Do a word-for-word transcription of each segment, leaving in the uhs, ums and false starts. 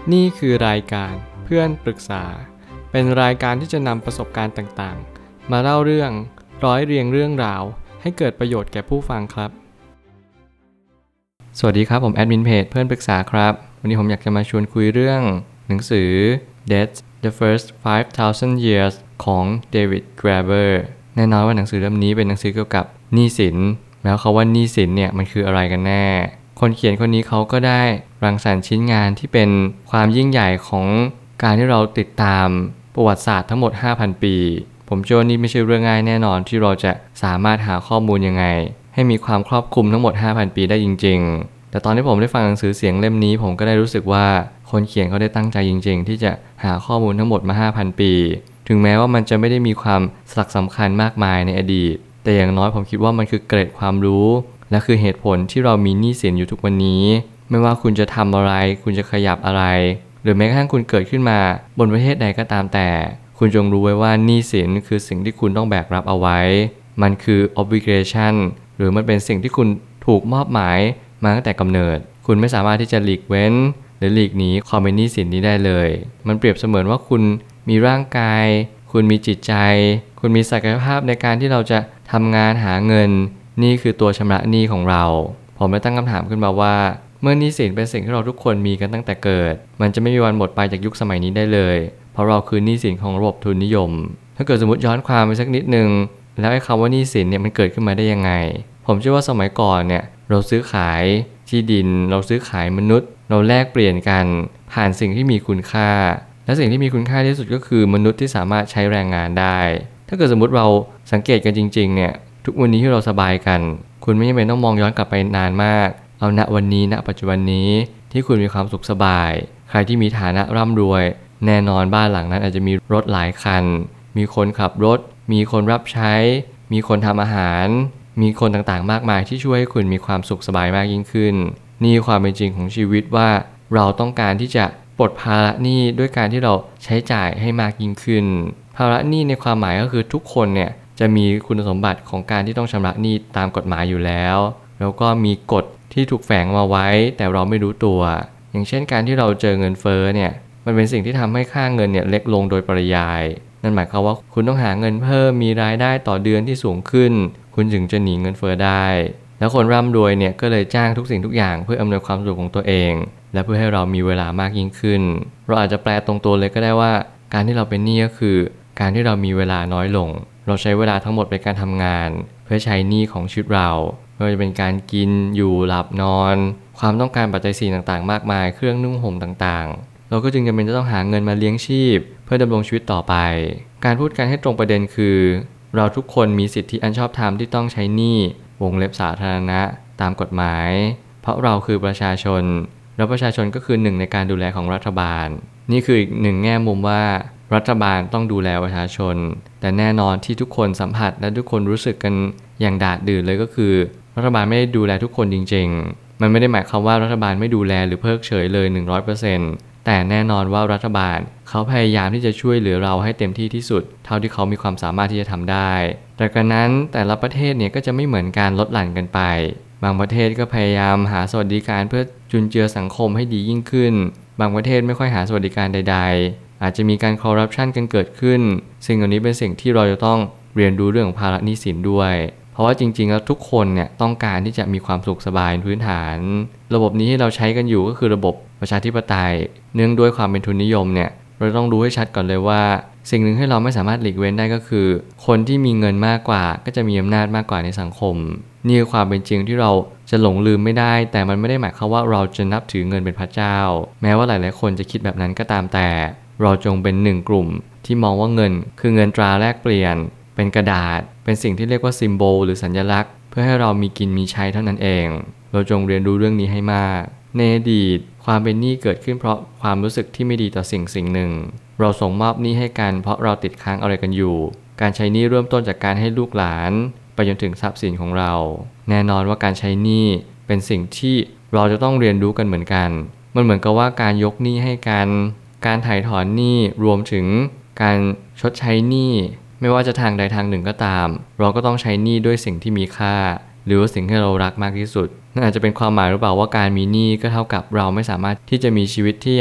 นี่คือรายการเพื่อนปรึกษาเป็นรายการที่จะนำประสบการณ์ต่างๆมาเล่าเรื่องร้อยเรียงเรื่องราวให้เกิดประโยชน์แก่ผู้ฟังครับสวัสดีครับผมแอดมินเพจเพื่อนปรึกษาครับวันนี้ผมอยากจะมาชวนคุยเรื่องหนังสือ Debt the First five thousand Years ของ David Graeber แน่นอนว่าหนังสือเล่มนี้เป็นหนังสือเกี่ยวกับหนี้สินแล้วเขาว่าหนี้สินเนี่ยมันคืออะไรกันแน่คนเขียนคนนี้เขาก็ได้รังสรรค์ชิ้นงานที่เป็นความยิ่งใหญ่ของการที่เราติดตามประวัติศาสตร์ทั้งหมด ห้าพัน ปีผมเชื่อว่านี่ไม่ใช่เรื่องง่ายแน่นอนที่เราจะสามารถหาข้อมูลยังไงให้มีความครอบคลุมทั้งหมด ห้าพัน ปีได้จริงๆแต่ตอนที่ผมได้ฟังหนังสือเสียงเล่มนี้ผมก็ได้รู้สึกว่าคนเขียนเขาได้ตั้งใจจริงๆที่จะหาข้อมูลทั้งหมดมา ห้าพัน ปีถึงแม้ว่ามันจะไม่ได้มีความสลักสำคัญมากมายในอดีตแต่อย่างน้อยผมคิดว่ามันคือเกร็ดความรู้และคือเหตุผลที่เรามีหนี้สินอยู่ทุกวันนี้ไม่ว่าคุณจะทำอะไรคุณจะขยับอะไรหรือแม้กระทั่งคุณเกิดขึ้นมาบนประเทศใดก็ตามแต่คุณจงรู้ไว้ว่าหนี้สินคือสิ่งที่คุณต้องแบกรับเอาไว้มันคือ obligation หรือมันเป็นสิ่งที่คุณถูกมอบหมายมาตั้งแต่กำเนิดคุณไม่สามารถที่จะหลีกเว้นหรือหลีกหนีความเป็นหนี้สินนี้ได้เลยมันเปรียบเสมือนว่าคุณมีร่างกายคุณมีจิตใจคุณมีศักยภาพในการที่เราจะทำงานหาเงินนี่คือตัวชำระหนี้ของเราผมเลยตั้งคำถามขึ้นมาว่าเมื่อหนี้สินเป็นสิ่งที่เราทุกคนมีกันตั้งแต่เกิดมันจะไม่มีวันหมดไปจากยุคสมัยนี้ได้เลยเพราะเราคือหนี้สินของระบบทุนนิยมถ้าเกิดสมมติย้อนความไปสักนิดนึงแล้วไอ้คำว่าหนี้สินเนี่ยมันเกิดขึ้นมาได้ยังไงผมเชื่อว่าสมัยก่อนเนี่ยเราซื้อขายที่ดินเราซื้อขายมนุษย์เราแลกเปลี่ยนกันผ่านสิ่งที่มีคุณค่าและสิ่งที่มีคุณค่าที่สุดก็คือมนุษย์ที่สามารถใช้แรงงานได้ถ้าเกิดสมมติเราสังเกตกันจริงๆเนี่ยทุกวันนี้ที่เราสบายกันคุณไม่จำเป็นต้องมองย้อนกลับไปนานมากเอาณวันนี้ณปัจจุบันนี้ที่คุณมีความสุขสบายใครที่มีฐานะร่ำรวยแน่นอนบ้านหลังนั้นอาจจะมีรถหลายคันมีคนขับรถมีคนรับใช้มีคนทำอาหารมีคนต่างๆมากมายที่ช่วยให้คุณมีความสุขสบายมากยิ่งขึ้นนี่ความเป็นจริงของชีวิตว่าเราต้องการที่จะปลดภาระหนี้ด้วยการที่เราใช้จ่ายให้มากยิ่งขึ้นภาระหนี้ในความหมายก็คือทุกคนเนี่ยจะมีคุณสมบัติของการที่ต้องชำระหนี้ตามกฎหมายอยู่แล้วแล้วก็มีกฎที่ถูกแฝงมาไว้แต่เราไม่รู้ตัวอย่างเช่นการที่เราเจอเงินเฟ้อเนี่ยมันเป็นสิ่งที่ทำให้ค่าเงินเนี่ยเล็กลงโดยปริยายนั่นหมายความว่าคุณต้องหาเงินเพิ่มมีรายได้ต่อเดือนที่สูงขึ้นคุณถึงจะหนีเงินเฟ้อได้แล้วคนร่ำรวยเนี่ยก็เลยจ้างทุกสิ่งทุกอย่างเพื่ออำนวยความสะดวกของตัวเองและเพื่อให้เรามีเวลามากยิ่งขึ้นเราอาจจะแปลตรงตัวเลยก็ได้ว่าการที่เราเป็นหนี้ก็คือการที่เรามีเวลาน้อยลงเราใช้เวลาทั้งหมดในการทำงานเพื่อใช้หนี้ของชีวิตเราไม่ว่าจะเป็นการกินอยู่หลับนอนความต้องการปัจจัยสี่ต่างๆมากมายเครื่องนุ่งห่มต่างๆเราก็จึงจำเป็นจะต้องหาเงินมาเลี้ยงชีพเพื่อดำรงชีวิตต่อไปการพูดกันให้ตรงประเด็นคือเราทุกคนมีสิทธิอันชอบธรรมที่ต้องใช้หนี้วงเล็บสาธารณะตามกฎหมายเพราะเราคือประชาชนแล้วประชาชนก็คือหนึ่งในการดูแลของรัฐบาลนี่คืออีกหนึ่งแง่มุมว่ารัฐบาลต้องดูแลประชาชนแต่แน่นอนที่ทุกคนสัมผัสและทุกคนรู้สึกกันอย่างดาดดื่นเลยก็คือรัฐบาลไม่ได้ดูแลทุกคนจริงๆมันไม่ได้หมายความว่ารัฐบาลไม่ดูแลหรือเพิกเฉยเลย หนึ่งร้อยเปอร์เซ็นต์ แต่แน่นอนว่ารัฐบาลเขาพยายามที่จะช่วยเหลือเราให้เต็มที่ที่สุดเท่าที่เขามีความสามารถที่จะทำได้แต่กระนั้นแต่ละประเทศเนี่ยก็จะไม่เหมือนการลดหลั่นกันไปบางประเทศก็พยายามหาสวัสดิการเพื่อจุนเจือสังคมให้ดียิ่งขึ้นบางประเทศไม่ค่อยหาสวัสดิการใดๆอาจจะมีการคอร์รัปชันกันเกิดขึ้นสิ่งเหล่านี้เป็นสิ่งที่เราจะต้องเรียนรู้เรื่องของภาระหนี้สินด้วยเพราะว่าจริงๆแล้วทุกคนเนี่ยต้องการที่จะมีความสุขสบายพื้นฐานระบบนี้ที่เราใช้กันอยู่ก็คือระบบประชาธิปไตยเนื่องด้วยความเป็นทุนนิยมเนี่ยเราต้องรู้ให้ชัดก่อนเลยว่าสิ่งหนึ่งที่เราไม่สามารถหลีกเว้นได้ก็คือคนที่มีเงินมากกว่าก็จะมีอำนาจมากกว่าในสังคมนี่คือความเป็นจริงที่เราจะหลงลืมไม่ได้แต่มันไม่ได้หมายความว่าเราจะนับถือเงินเป็นพระเจ้าแม้ว่าหลายๆคนจะคิดแบบนั้นก็ตามแต่เราจงเป็นหนึ่งกลุ่มที่มองว่าเงินคือเงินตราแลกเปลี่ยนเป็นกระดาษเป็นสิ่งที่เรียกว่าซิมโบลหรือสัญลักษณ์เพื่อให้เรามีกินมีใช้เท่านั้นเองเราจงเรียนรู้เรื่องนี้ให้มากในอดีตความเป็นหนี้เกิดขึ้นเพราะความรู้สึกที่ไม่ดีต่อสิ่งสิ่งหนึ่งเราส่งมอบหนี้ให้กันเพราะเราติดค้างอะไรกันอยู่การใช้หนี้เริ่มต้นจากการให้ลูกหลานไปจนถึงทรัพย์สินของเราแน่นอนว่าการใช้หนี้เป็นสิ่งที่เราจะต้องเรียนรู้กันเหมือนกันมันเหมือนกับว่าการยกหนี้ให้กันการถ่ายถอนหนี้รวมถึงการชดใช้หนี้ไม่ว่าจะทางใดทางหนึ่งก็ตามเราก็ต้องใช้หนี้ด้วยสิ่งที่มีค่าหรือว่าสิ่งที่เรารักมากที่สุดนั่นอาจจะเป็นความหมายหรือเปล่าว่าการมีหนี้ก็เท่ากับเราไม่สามารถที่จะมีชีวิตที่อย่าง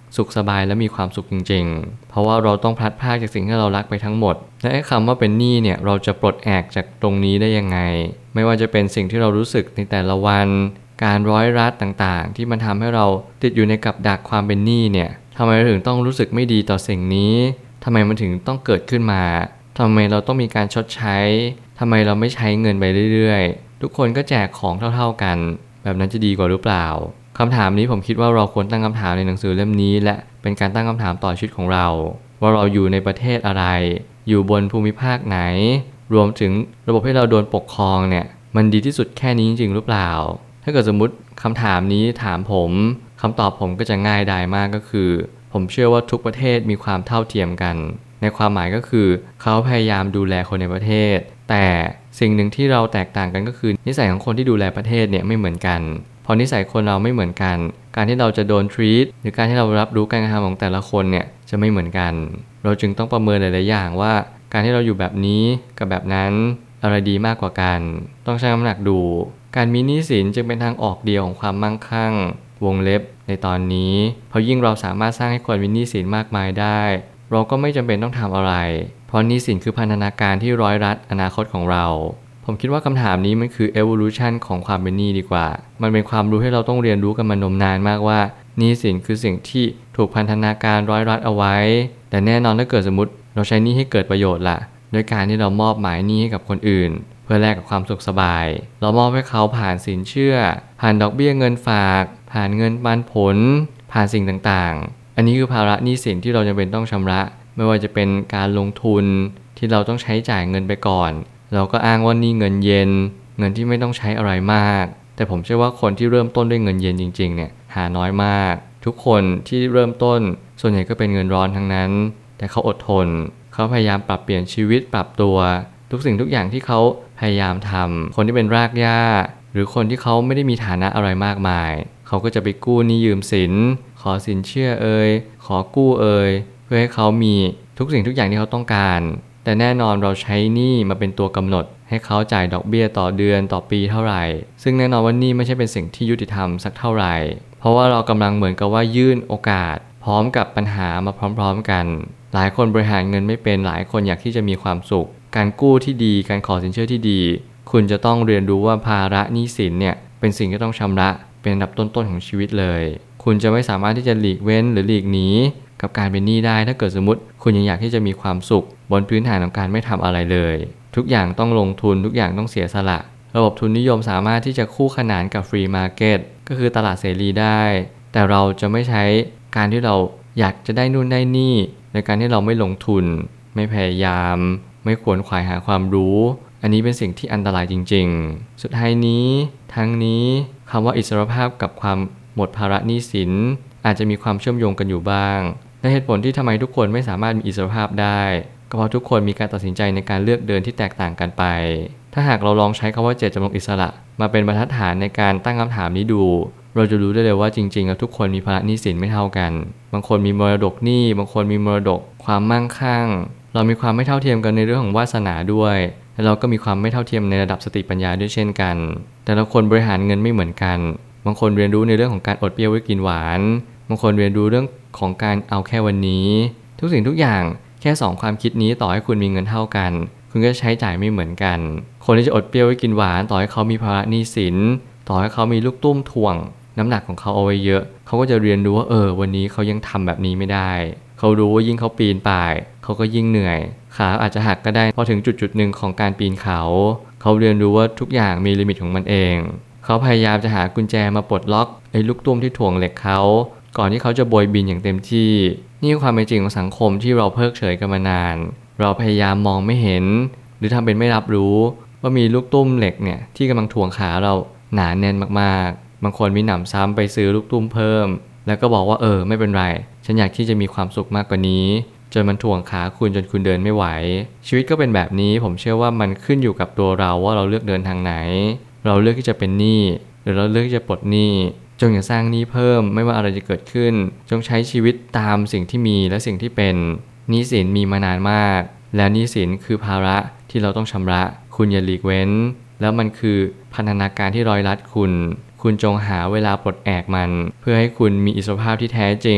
สุขสบายและมีความสุขจริงๆเพราะว่าเราต้องพลัดพรากจากสิ่งที่เรารักไปทั้งหมดและไอ้คำว่าเป็นหนี้เนี่ยเราจะปลดแอกจากตรงนี้ได้ยังไงไม่ว่าจะเป็นสิ่งที่เรารู้สึกในแต่ละวันการร้อยรัดต่างๆที่มันทำให้เราติดอยู่ในกับดักความเป็นหนี้เนี่ยทำไมเราถึงต้องรู้สึกไม่ดีต่อสิ่งนี้ทำไมมันถึงต้องเกิดขึ้นมาทำไมเราต้องมีการชดใช้ทำไมเราไม่ใช้เงินไปเรื่อยๆทุกคนก็แจกของเท่าๆกันแบบนั้นจะดีกว่าหรือเปล่าคำถามนี้ผมคิดว่าเราควรตั้งคำถามในหนังสือเล่มนี้และเป็นการตั้งคำถามต่อชีวิตของเราว่าเราอยู่ในประเทศอะไรอยู่บนภูมิภาคไหนรวมถึงระบบที่เราโดนปกครองเนี่ยมันดีที่สุดแค่นี้จริงๆหรือเปล่าถ้าเกิดสมมุติคำถามนี้ถามผมคำตอบผมก็จะง่ายดายมากก็คือผมเชื่อว่าทุกประเทศมีความเท่าเทียมกันในความหมายก็คือเขาพยายามดูแลคนในประเทศแต่สิ่งหนึ่งที่เราแตกต่างกันก็คือนิสัยของคนที่ดูแลประเทศเนี่ยไม่เหมือนกันพอนิสัยคนเราไม่เหมือนกันการที่เราจะโดน treat หรือการที่เรารับรู้การกระทำของแต่ละคนเนี่ยจะไม่เหมือนกันเราจึงต้องประเมินหลายๆอย่างว่าการที่เราอยู่แบบนี้กับแบบนั้นอะไรดีมากกว่ากันต้องชั่งน้ำหนักดูการมีหนี้สินจึงเป็นทางออกเดียวของความมั่งคั่งวงเล็บในตอนนี้เพราะยิ่งเราสามารถสร้างให้คนมีหนี้สินมากมายได้เราก็ไม่จำเป็นต้องทำอะไรเพราะหนี้สินคือพันธนาการที่ร้อยรัดอนาคตของเราผมคิดว่าคำถามนี้มันคือ evolution ของความเป็นหนี้ดีกว่ามันเป็นความรู้ที่เราต้องเรียนรู้กันมานมนานมากว่าหนี้สินคือสิ่งที่ถูกพันธนาการร้อยรัดเอาไว้แต่แน่นอนถ้าเกิดสมมติเราใช้หนี้ให้เกิดประโยชน์ล่ะโดยการที่เรามอบหมายหนี้ให้กับคนอื่นเพื่อแลกกับความสุขสบายเรามอบให้เขาผ่านสินเชื่อผ่านดอกเบี้ยเงินฝากผ่านเงินปันผลผ่านสิ่งต่างๆอันนี้คือภาระหนี้สินที่เราจำเป็นต้องชำระไม่ว่าจะเป็นการลงทุนที่เราต้องใช้จ่ายเงินไปก่อนเราก็อ้างว่านี่เงินเย็นเงินที่ไม่ต้องใช้อะไรมากแต่ผมเชื่อว่าคนที่เริ่มต้นด้วยเงินเย็นจริงๆเนี่ยหาน้อยมากทุกคนที่เริ่มต้นส่วนใหญ่ก็เป็นเงินร้อนทั้งนั้นแต่เขาอดทนเขาพยายามปรับเปลี่ยนชีวิตปรับตัวทุกสิ่งทุกอย่างที่เขาพยายามทำคนที่เป็นรากหญ้าหรือคนที่เขาไม่ได้มีฐานะอะไรมากมายเขาก็จะไปกู้หนี้ยืมสินขอสินเชื่อเอ่ยขอกู้เอ่ยเพื่อให้เขามีทุกสิ่งทุกอย่างที่เขาต้องการแต่แน่นอนเราใช้หนี้มาเป็นตัวกำหนดให้เขาจ่ายดอกเบี้ยต่อเดือนต่อปีเท่าไหร่ซึ่งแน่นอนว่าหนี้ไม่ใช่เป็นสิ่งที่ยุติธรรมสักเท่าไหร่เพราะว่าเรากำลังเหมือนกับว่ายื่นโอกาสพร้อมกับปัญหามาพร้อมๆกันหลายคนบริหารเงินไม่เป็นหลายคนอยากที่จะมีความสุขการกู้ที่ดีการขอสินเชื่อที่ดีคุณจะต้องเรียนรู้ว่าภาระหนี้สินเนี่ยเป็นสิ่งที่ต้องชำระเป็นอันดับต้นๆของชีวิตเลยคุณจะไม่สามารถที่จะหลีกเว้นหรือหลีกหนีกับการเป็นหนี้ได้ถ้าเกิดสมมติคุณยังอยากที่จะมีความสุขบนพื้นฐานของการไม่ทำอะไรเลยทุกอย่างต้องลงทุนทุกอย่างต้องเสียสละระบบทุนนิยมสามารถที่จะคู่ขนานกับฟรีมาร์เก็ตก็คือตลาดเสรีได้แต่เราจะไม่ใช้การที่เราอยากจะได้นู่นได้นี่ในการที่เราไม่ลงทุนไม่พยายามไม่ขวนขวายหาความรู้อันนี้เป็นสิ่งที่อันตรายจริงๆสุดท้ายนี้ทั้งนี้คำว่าอิสรภาพกับความหมดภาระหนี้สินอาจจะมีความเชื่อมโยงกันอยู่บ้างและเหตุผลที่ทำไมทุกคนไม่สามารถมีอิสรภาพได้ก็เพราะทุกคนมีการตัดสินใจในการเลือกเดินที่แตกต่างกันไปถ้าหากเราลองใช้คำว่าเจตจำนงอิสระมาเป็นบรรทัดฐานในการตั้งคำถามนี้ดูเราจะรู้ได้เลยว่าจริงๆแล้วทุกคนมีภาระหนี้สินไม่เท่ากันบางคนมีมรดกหนี้บางคนมีมรดกความมั่งคั่งเรามีความไม่เท่าเทียมกันในเรื่องของวาสนาด้วยและเราก็มีความไม่เท่าเทียมในระดับสติปัญญาด้วยเช่นกันแต่ละคนบริหารเงินไม่เหมือนกันบางคนเรียนรู้ในเรื่องของการอดเปรี้ยวไว้กินหวานบางคนเรียนรู้เรื่องของการเอาแค่วันนี้ทุกสิ่งทุกอย่างแค่สองความคิดนี้ต่อให้คุณมีเงินเท่ากันคุณก็ใช้จ่ายไม่เหมือนกันคนที่จะอดเปรี้ยวไว้กินหวานต่อให้เขามีภาระหนี้สินต่อให้เขามีลูกตุ้มถ่วงน้ำหนักของเขาเอาไว้เยอะเขาก็จะเรียนรู้ว่าเออวันนี้เขายังทำแบบนี้ไม่ได้เขารู้ว่ายิ่งเขาปีนป่ายเขาก็ยิ่งเหนื่อยขาอาจจะหักก็ได้พอถึงจุดจุดหนึ่งของการปีนเขาเขาเรียนรู้ว่าทุกอย่างมีลิมิตของมันเองเขาพยายามจะหากุญแจมาปลดล็อกไอ้ลูกตุ้มที่ถ่วงเหล็กเขาก่อนที่เขาจะโบยบินอย่างเต็มที่นี่คือความเป็นจริงของสังคมที่เราเพิกเฉยกันมานานเราพยายามมองไม่เห็นหรือทำเป็นไม่รับรู้ว่ามีลูกตุ้มเหล็กเนี่ยที่กำลังถ่วงขาเราหนาแน่นมากๆบางคนมีหนำซ้ำไปซื้อลูกตุ้มเพิ่มแล้วก็บอกว่าเออไม่เป็นไรฉันอยากที่จะมีความสุขมากกว่านี้จนมันถ่วงขาคุณจนคุณเดินไม่ไหวชีวิตก็เป็นแบบนี้ผมเชื่อว่ามันขึ้นอยู่กับตัวเราว่าเราเลือกเดินทางไหนเราเลือกที่จะเป็นหนี้หรือเราเลือกที่จะปลดหนี้จงอย่าสร้างหนี้เพิ่มไม่ว่าอะไรจะเกิดขึ้นจงใช้ชีวิตตามสิ่งที่มีและสิ่งที่เป็นหนี้สินมีมานานมากแล้วหนี้สินคือภาระที่เราต้องชำระคุณอย่าหลีกเว้นแล้วมันคือพันธนาการที่ร้อยรัดคุณคุณจงหาเวลาปลดแอกมันเพื่อให้คุณมีอิสรภาพที่แท้จริง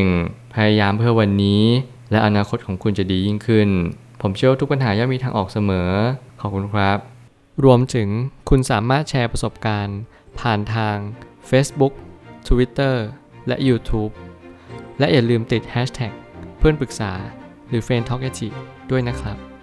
พยายามเพื่อวันนี้และอนาคตของคุณจะดียิ่งขึ้นผมเชื่อว่าทุกปัญหาย่อมมีทางออกเสมอขอบคุณครับรวมถึงคุณสามารถแชร์ประสบการณ์ผ่านทาง Facebook Twitter และ YouTube และอย่าลืมติด แฮชแท็ก เพื่อนปรึกษาหรือ เฟรนด์ ทอล์ก แอท จี ด้วยนะครับ